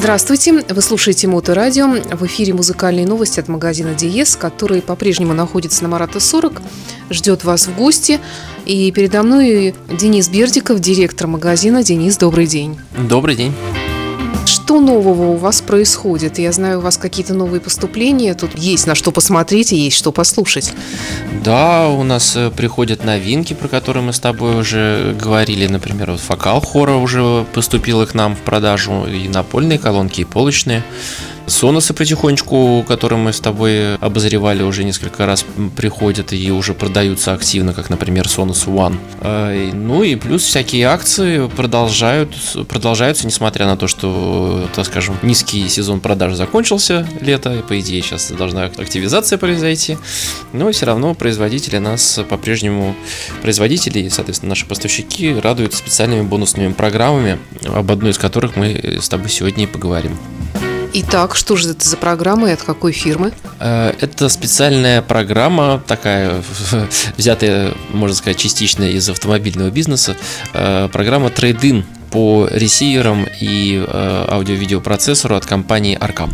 Здравствуйте, вы слушаете Моторадио. В эфире музыкальные новости от магазина Диез, который по-прежнему находится на Марата 40, ждет вас в гости. И передо мной Денис Бердиков, директор магазина. Денис, добрый день. Добрый день. Что нового у вас происходит? Я знаю, у вас какие-то новые поступления. Тут есть на что посмотреть и есть что послушать. Да, у нас приходят новинки, про которые мы с тобой уже говорили. Например, вот Фокал Хора уже поступила к нам в продажу. И напольные колонки, и полочные. Соносы потихонечку, которые мы с тобой обозревали, уже несколько раз приходят и уже продаются активно, как, например, Sonos One. Ну и плюс всякие акции продолжаются, несмотря на то, что, так скажем, низкий сезон продаж закончился, лето, и, по идее, сейчас должна активизация произойти. Но все равно производители и, соответственно, наши поставщики радуют специальными бонусными программами, об одной из которых мы с тобой сегодня и поговорим. Итак, что же это за программа и от какой фирмы? Это специальная программа, такая, взятая, можно сказать, частично из автомобильного бизнеса. Программа Trade-in по ресиверам и аудио-видеопроцессору от компании Arcam.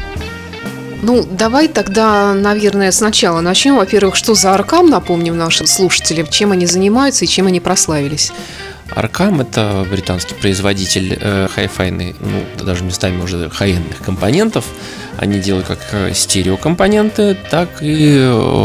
Ну, давай тогда, наверное, сначала начнем. Во-первых, что за Arcam, напомним нашим слушателям, чем они занимаются и чем они прославились. Arcam — это британский производитель хай-файных, даже местами уже хай-эндных компонентов. Они делают как стереокомпоненты, так и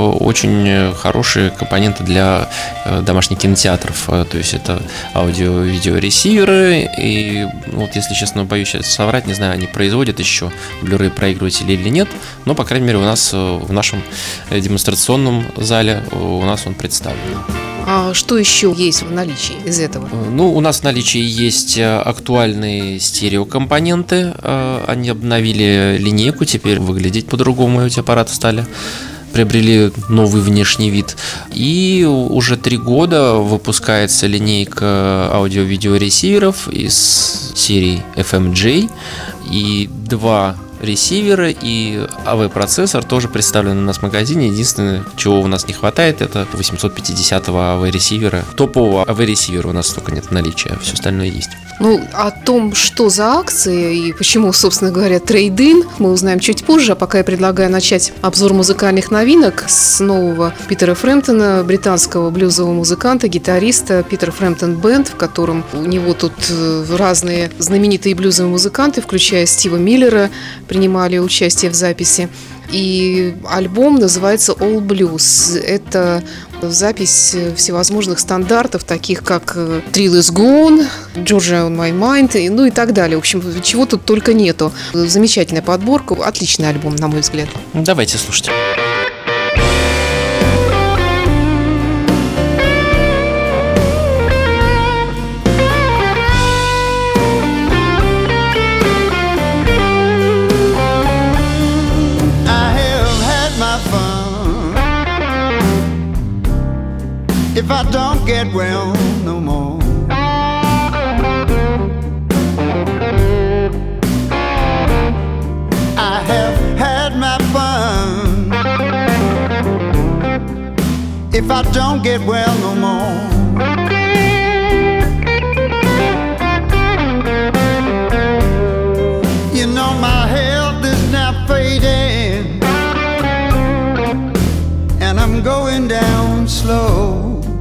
очень хорошие компоненты для домашних кинотеатров. То есть это аудио-видеоресиверы. И вот, если честно, боюсь сейчас соврать, не знаю, они производят еще Blu-ray проигрыватели или нет. Но, по крайней мере, у нас в нашем демонстрационном зале у нас он представлен. А что еще есть в наличии из этого? У нас в наличии есть актуальные стереокомпоненты. Они обновили линейку, теперь выглядеть по-другому эти аппараты стали. Приобрели новый внешний вид. И уже 3 года выпускается линейка аудио-видеоресиверов из серии FMJ. И 2 ресивера и AV-процессор тоже представлены у нас в магазине. Единственное, чего у нас не хватает, это 850-го AV-ресивера. Топового AV-ресивера у нас только нет в наличии, а все остальное есть. О том, что за акции и почему, собственно говоря, трейд-ин, мы узнаем чуть позже. А пока я предлагаю начать обзор музыкальных новинок с нового Питера Фрэмптона, британского блюзового музыканта, гитариста Питер Фрэмптон Бэнд, в котором у него тут разные знаменитые блюзовые музыканты, включая Стива Миллера, принимали участие в записи. И альбом называется All Blues. Это запись всевозможных стандартов, таких как Thrill Is Gone, Georgia on My Mind, и так далее. В общем, чего тут только нету. Замечательная подборка, отличный альбом, на мой взгляд. Давайте слушать. If I don't get well no more, I have had my fun. If I don't get well no more, you know my health is now fading, and I'm going down slow.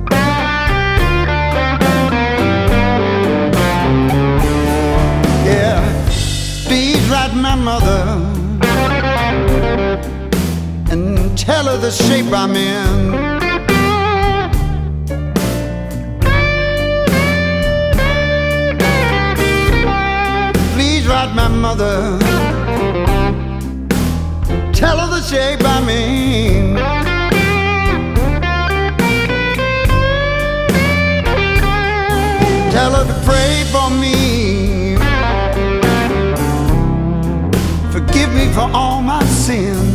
My mother and tell her the shape I'm in. Please write my mother, tell her the shape I'm in. Tell her to pray for me, forgive me for all my sins.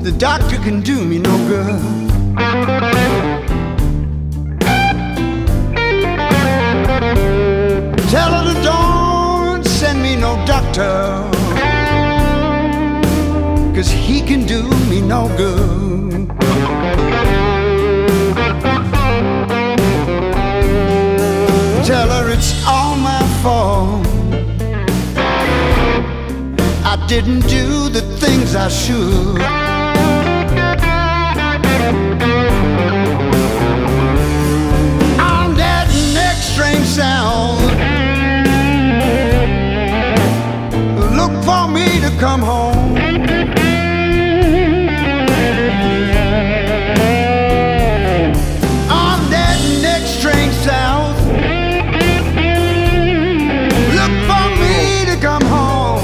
the doctor can do me no good. Tell her to don't send me no doctor, 'cause he can do me no good. Tell her it's all my fault, I didn't do the things I should. On that next strange sound, look for me to come home. On that next strange sound, look for me to come home.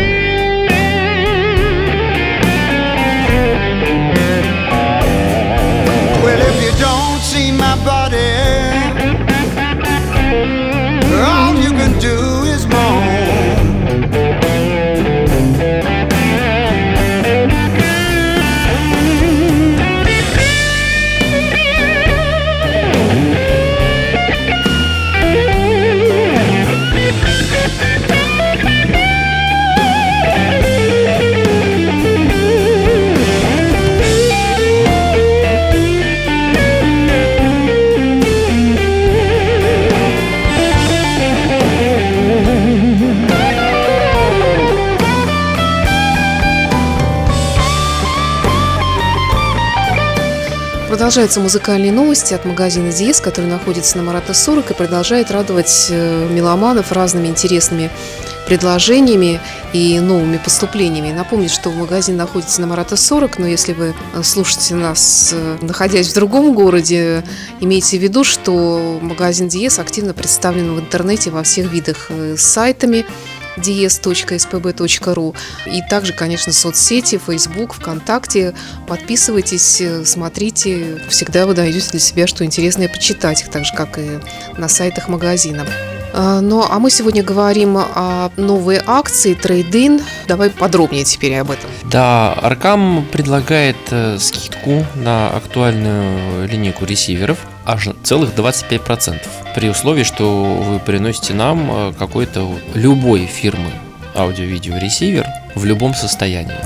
Well, if you don't see my body, all you can do is moan. Продолжаются музыкальные новости от магазина Диез, который находится на Марата 40 и продолжает радовать меломанов разными интересными предложениями и новыми поступлениями. Напомню, что магазин находится на Марата 40, но если вы слушаете нас, находясь в другом городе, имейте в виду, что магазин Диез активно представлен в интернете во всех видах сайтами diez.spb.ru и также, конечно, соцсети, Facebook, ВКонтакте. Подписывайтесь, смотрите, всегда вы найдете для себя что интересное почитать, их так же, как и на сайтах магазина. Ну, а мы сегодня говорим о новой акции Trade-in. Давай подробнее теперь об этом. Да, Arcam предлагает скидку на актуальную линейку ресиверов аж целых 25%, при условии, что вы приносите нам какой-то любой фирмы аудио-видео ресивер в любом состоянии.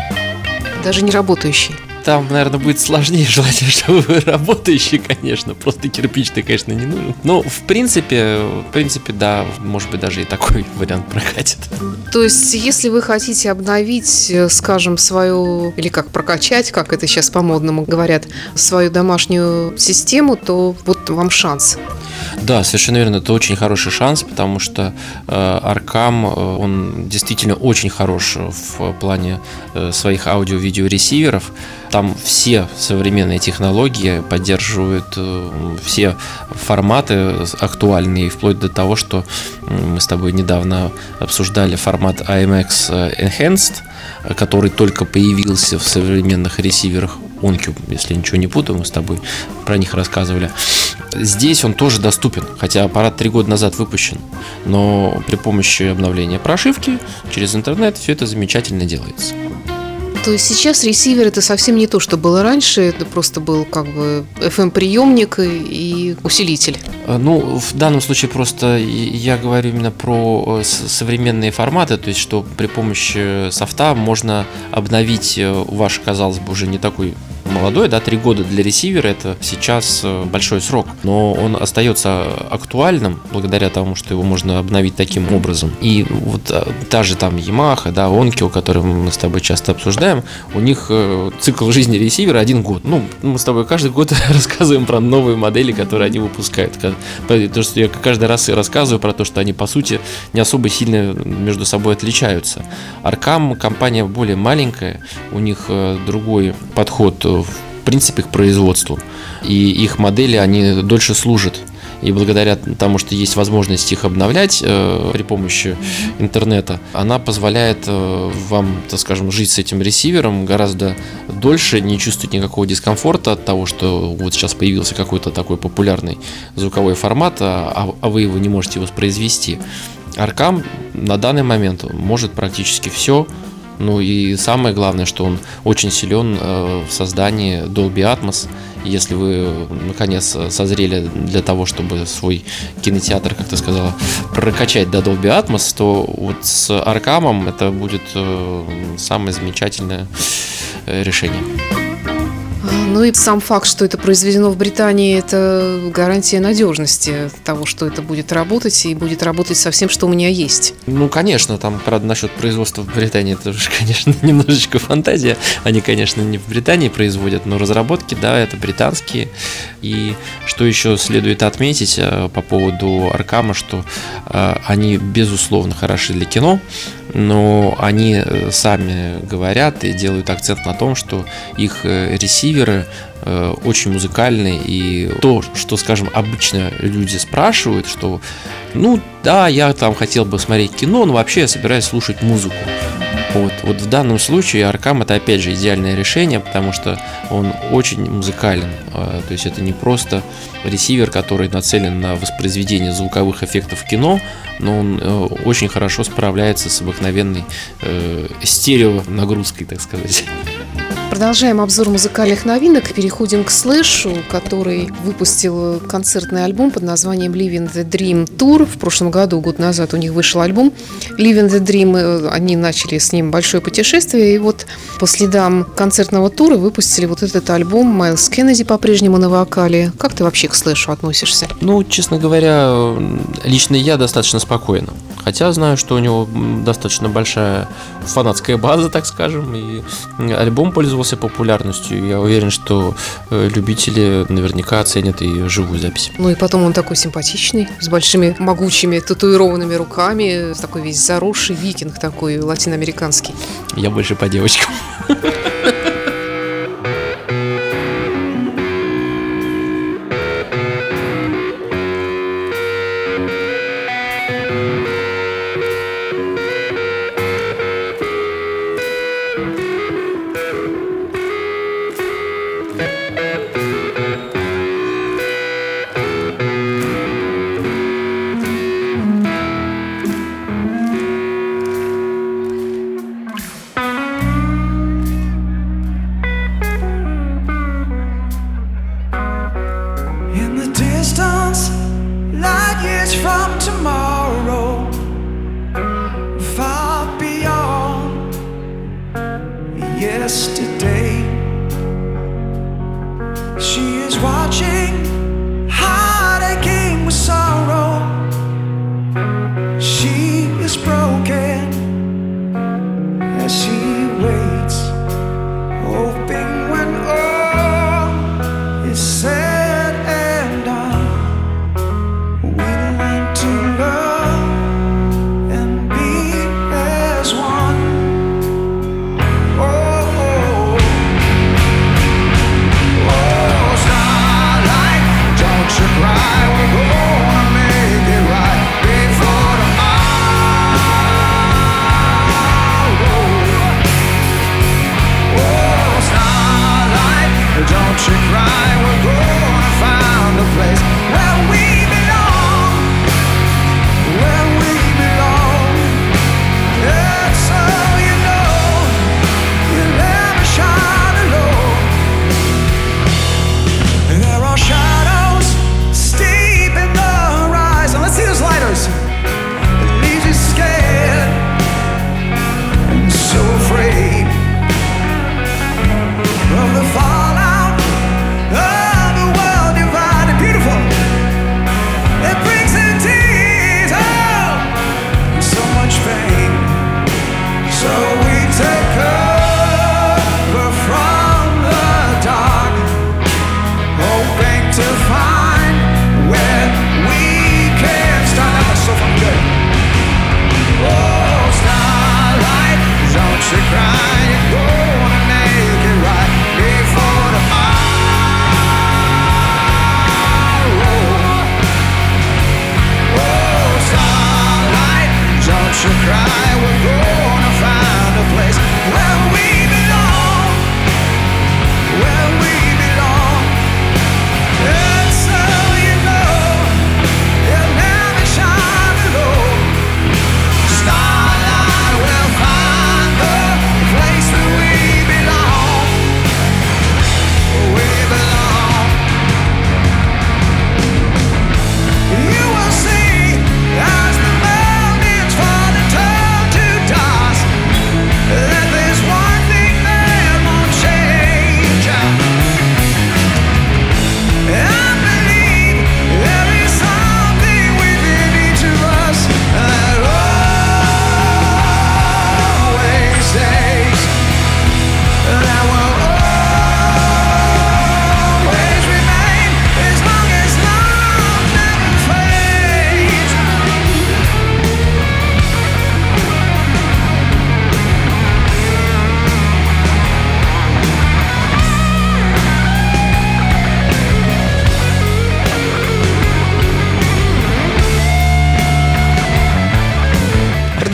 Даже не работающий. Там, наверное, будет сложнее, желательно, чтобы вы работающий, конечно, просто кирпич-то, конечно, не нужен. Но, в принципе, да, может быть, даже и такой вариант прокатит. То есть, если вы хотите обновить, скажем, свою, или как прокачать, как это сейчас по-модному говорят, свою домашнюю систему, то вот вам шанс. Да, совершенно верно, это очень хороший шанс, потому что Arcam, он действительно очень хорош в плане своих аудио-видео-ресиверов. Там все современные технологии поддерживают все форматы актуальные, вплоть до того, что мы с тобой недавно обсуждали формат IMX Enhanced, который только появился в современных ресиверах OnCube, если ничего не путаю, мы с тобой про них рассказывали. Здесь он тоже доступен, хотя аппарат 3 года назад выпущен, но при помощи обновления прошивки через интернет все это замечательно делается. То есть сейчас ресивер — это совсем не то, что было раньше, это просто был как бы FM-приемник и усилитель. Ну, в данном случае просто я говорю именно про современные форматы, то есть что при помощи софта можно обновить ваш, казалось бы, уже не такой молодой, да, 3 года для ресивера — это сейчас большой срок, но он остается актуальным благодаря тому, что его можно обновить таким образом. И вот та же там Yamaha, да, Onkyo, который мы с тобой часто обсуждаем, у них цикл жизни ресивера 1 год. Ну, мы с тобой каждый год рассказываем про новые модели, которые они выпускают. То, что я каждый раз рассказываю про то, что они, по сути, не особо сильно между собой отличаются. Arcam компания более маленькая, у них другой подход в принципе к производству, и их модели, они дольше служат. И благодаря тому, что есть возможность их обновлять при помощи интернета, она позволяет вам, так скажем, жить с этим ресивером гораздо дольше, не чувствовать никакого дискомфорта от того, что вот сейчас появился какой-то такой популярный звуковой формат, а вы его не можете воспроизвести. Arcam на данный момент может практически все Ну и самое главное, что он очень силен в создании Dolby Atmos. Если вы, наконец, созрели для того, чтобы свой кинотеатр, как ты сказала, прокачать до Dolby Atmos, то вот с Arkham это будет самое замечательное решение. Ну и сам факт, что это произведено в Британии, это гарантия надежности того, что это будет работать и будет работать со всем, что у меня есть. Ну, конечно, там, правда, насчет производства в Британии, это уже, конечно, немножечко фантазия. Они, конечно, не в Британии производят, но разработки, да, это британские. И что еще следует отметить по поводу Аркама, что они, безусловно, хороши для кино, но они сами говорят и делают акцент на том, что их ресиверы очень музыкальные, и то, что, скажем, обычно люди спрашивают, что, ну да, я там хотел бы смотреть кино, но вообще я собираюсь слушать музыку. Вот в данном случае Arkham это опять же идеальное решение, потому что он очень музыкален. То есть это не просто ресивер, который нацелен на воспроизведение звуковых эффектов в кино, но он очень хорошо справляется с обыкновенной стерео нагрузкой, так сказать. Продолжаем обзор музыкальных новинок. Переходим к Слэшу, который выпустил концертный альбом под названием Living the Dream Tour. В прошлом году, год назад, у них вышел альбом Living the Dream. Они начали с ним большое путешествие. И вот по следам концертного тура выпустили вот этот альбом. Майлз Кеннеди по-прежнему на вокале. Как ты вообще к Слэшу относишься? Ну, честно говоря, лично я достаточно спокойно. Хотя знаю, что у него достаточно большая фанатская база, так скажем, и альбом пользовался популярностью. Я уверен, что любители наверняка оценят и живую запись. Ну и потом он такой симпатичный, с большими могучими татуированными руками, такой весь заросший викинг такой латиноамериканский. Я больше по девочкам. Yesterday, she is watching, heart aching with sorrow. She is broken as she waits, hoping when all is said and done, we learn to love and be as one. Starlight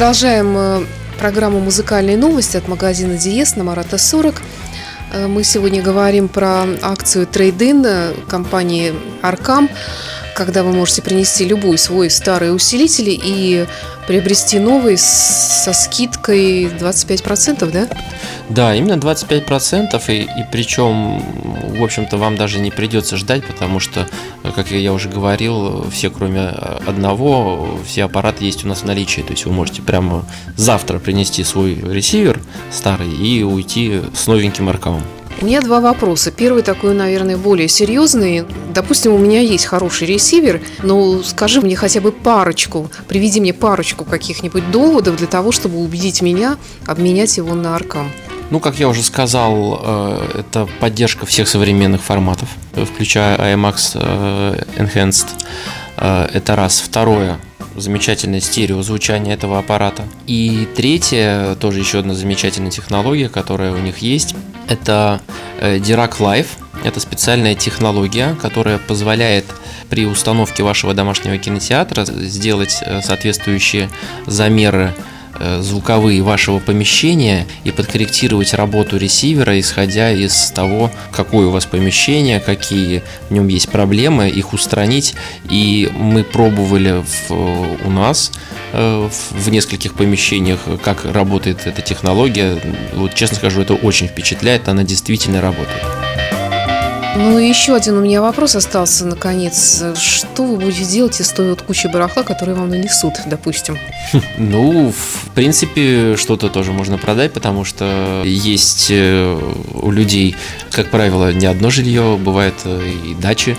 Продолжаем программу «Музыкальные новости» от магазина Диез на Марата 40. Мы сегодня говорим про акцию Trade-in компании Arcam, когда вы можете принести любой свой старый усилитель и приобрести новый со скидкой 25%, да? Да, именно 25%, и причем, в общем-то, вам даже не придется ждать, потому что, как я уже говорил, все, кроме одного, все аппараты есть у нас в наличии, то есть вы можете прямо завтра принести свой ресивер старый и уйти с новеньким Arcam. У меня два вопроса. Первый такой, наверное, более серьезный. Допустим, у меня есть хороший ресивер, но скажи мне хотя бы парочку, приведи мне парочку каких-нибудь доводов для того, чтобы убедить меня обменять его на Arcam. Ну, как я уже сказал, это поддержка всех современных форматов, включая IMAX Enhanced. Это раз. Второе. Замечательное стереозвучание этого аппарата. И третье, тоже еще одна замечательная технология, которая у них есть, это Dirac Live. Это специальная технология, которая позволяет при установке вашего домашнего кинотеатра сделать соответствующие замеры звуковые вашего помещения и подкорректировать работу ресивера, исходя из того, какое у вас помещение, какие в нем есть проблемы, их устранить. И мы пробовали у нас в нескольких помещениях, как работает эта технология. Вот, честно скажу, это очень впечатляет, она действительно работает. Ну и еще один у меня вопрос остался, наконец. Что вы будете делать из той вот кучи барахла, которые вам нанесут, допустим? Ну, в принципе, что-то тоже можно продать, потому что есть у людей, как правило, не одно жилье, бывает и дачи,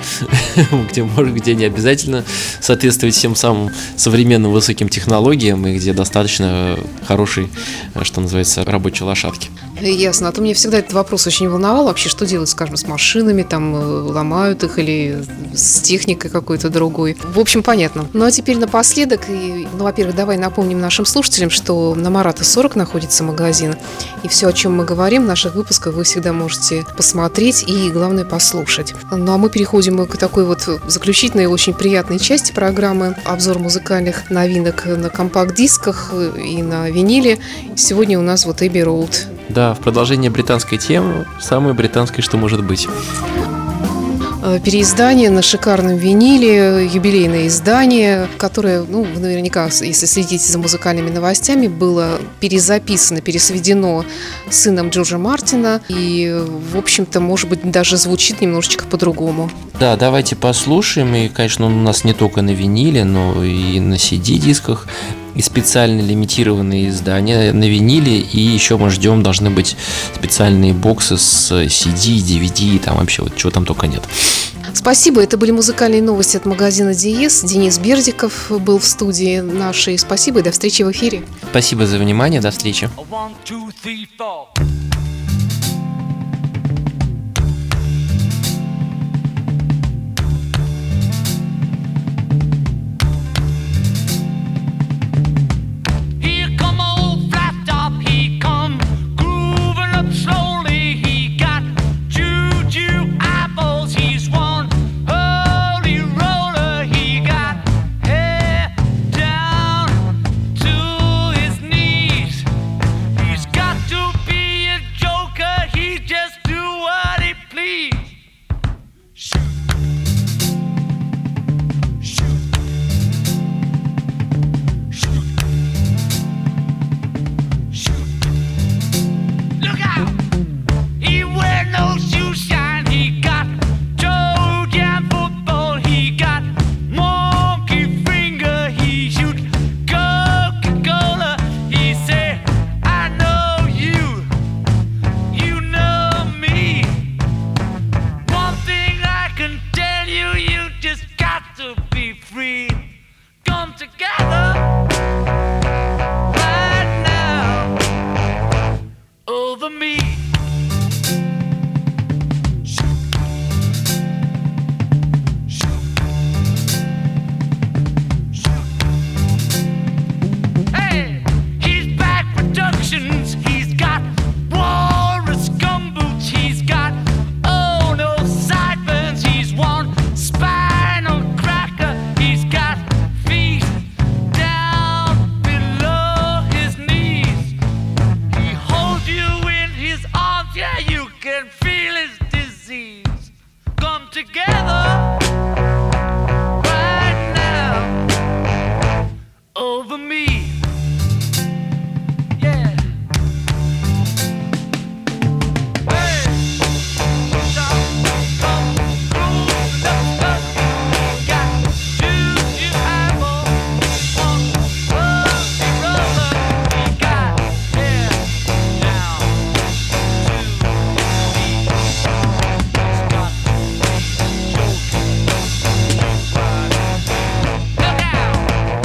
где не обязательно соответствовать всем самым современным высоким технологиям и где достаточно хорошей, что называется, рабочей лошадки. Ясно. А то меня всегда этот вопрос очень волновал. Вообще, что делать, скажем, с машинами, там ломают их или с техникой какой-то другой. В общем, понятно. Ну, а теперь напоследок, во-первых, давай напомним нашим слушателям, что на Марата 40 находится магазин. И все, о чем мы говорим в наших выпусках, вы всегда можете посмотреть и, главное, послушать. Ну, а мы переходим к такой вот заключительной, очень приятной части программы. Обзор музыкальных новинок на компакт-дисках и на виниле. Сегодня у нас вот Abbey Road. Да, в продолжение британской темы, самой британской, что может быть. Переиздание на шикарном виниле, юбилейное издание, которое, вы наверняка, если следите за музыкальными новостями, было перезаписано, пересведено сыном Джорджа Мартина и, в общем-то, может быть, даже звучит немножечко по-другому. Да, давайте послушаем. И, конечно, он у нас не только на виниле, но и на CD-дисках. И специально лимитированные издания на виниле. И еще мы ждем, должны быть специальные боксы с CD, DVD, там вообще вот чего там только нет. Спасибо, это были музыкальные новости от магазина Диез. Денис Бердиков был в студии нашей. Спасибо и до встречи в эфире. Спасибо за внимание, до встречи. 1, 2, 3, 4. Be a Yeah, you can feel his disease come together right now over me. Yeah. Hey, come through the dust. Got juicy apple on fuzzy rubber. He got hair down to his feet. He's got look out!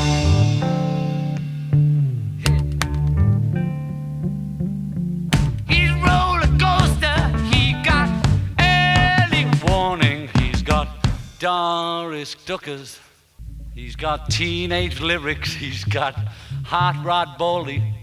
He's roller coaster. He got early warning. He's got Doris Duckers. He's got teenage lyrics. He's got hot rod bowling.